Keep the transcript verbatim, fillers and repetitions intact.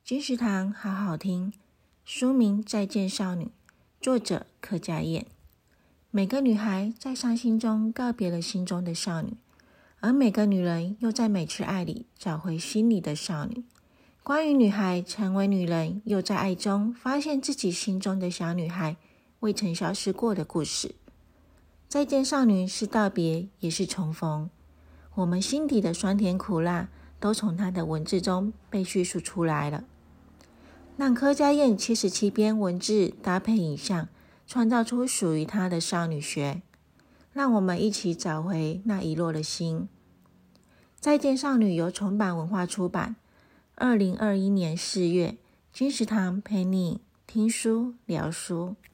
金石堂好好听，书名《再见少女》，作者柯佳燕。每个女孩在伤心中告别了心中的少女，而每个女人又在每次爱里找回心里的少女。关于女孩成为女人，又在爱中发现自己心中的小女孩未曾消失过的故事。再见少女是道别，也是重逢。我们心底的酸甜苦辣都从她的文字中被叙述出来了。让柯佳燕七十七篇文字搭配影像，创造出属于她的少女学。让我们一起找回那遗落的心。再见少女由重版文化出版，二零二一年四月。金石堂陪你听书聊书。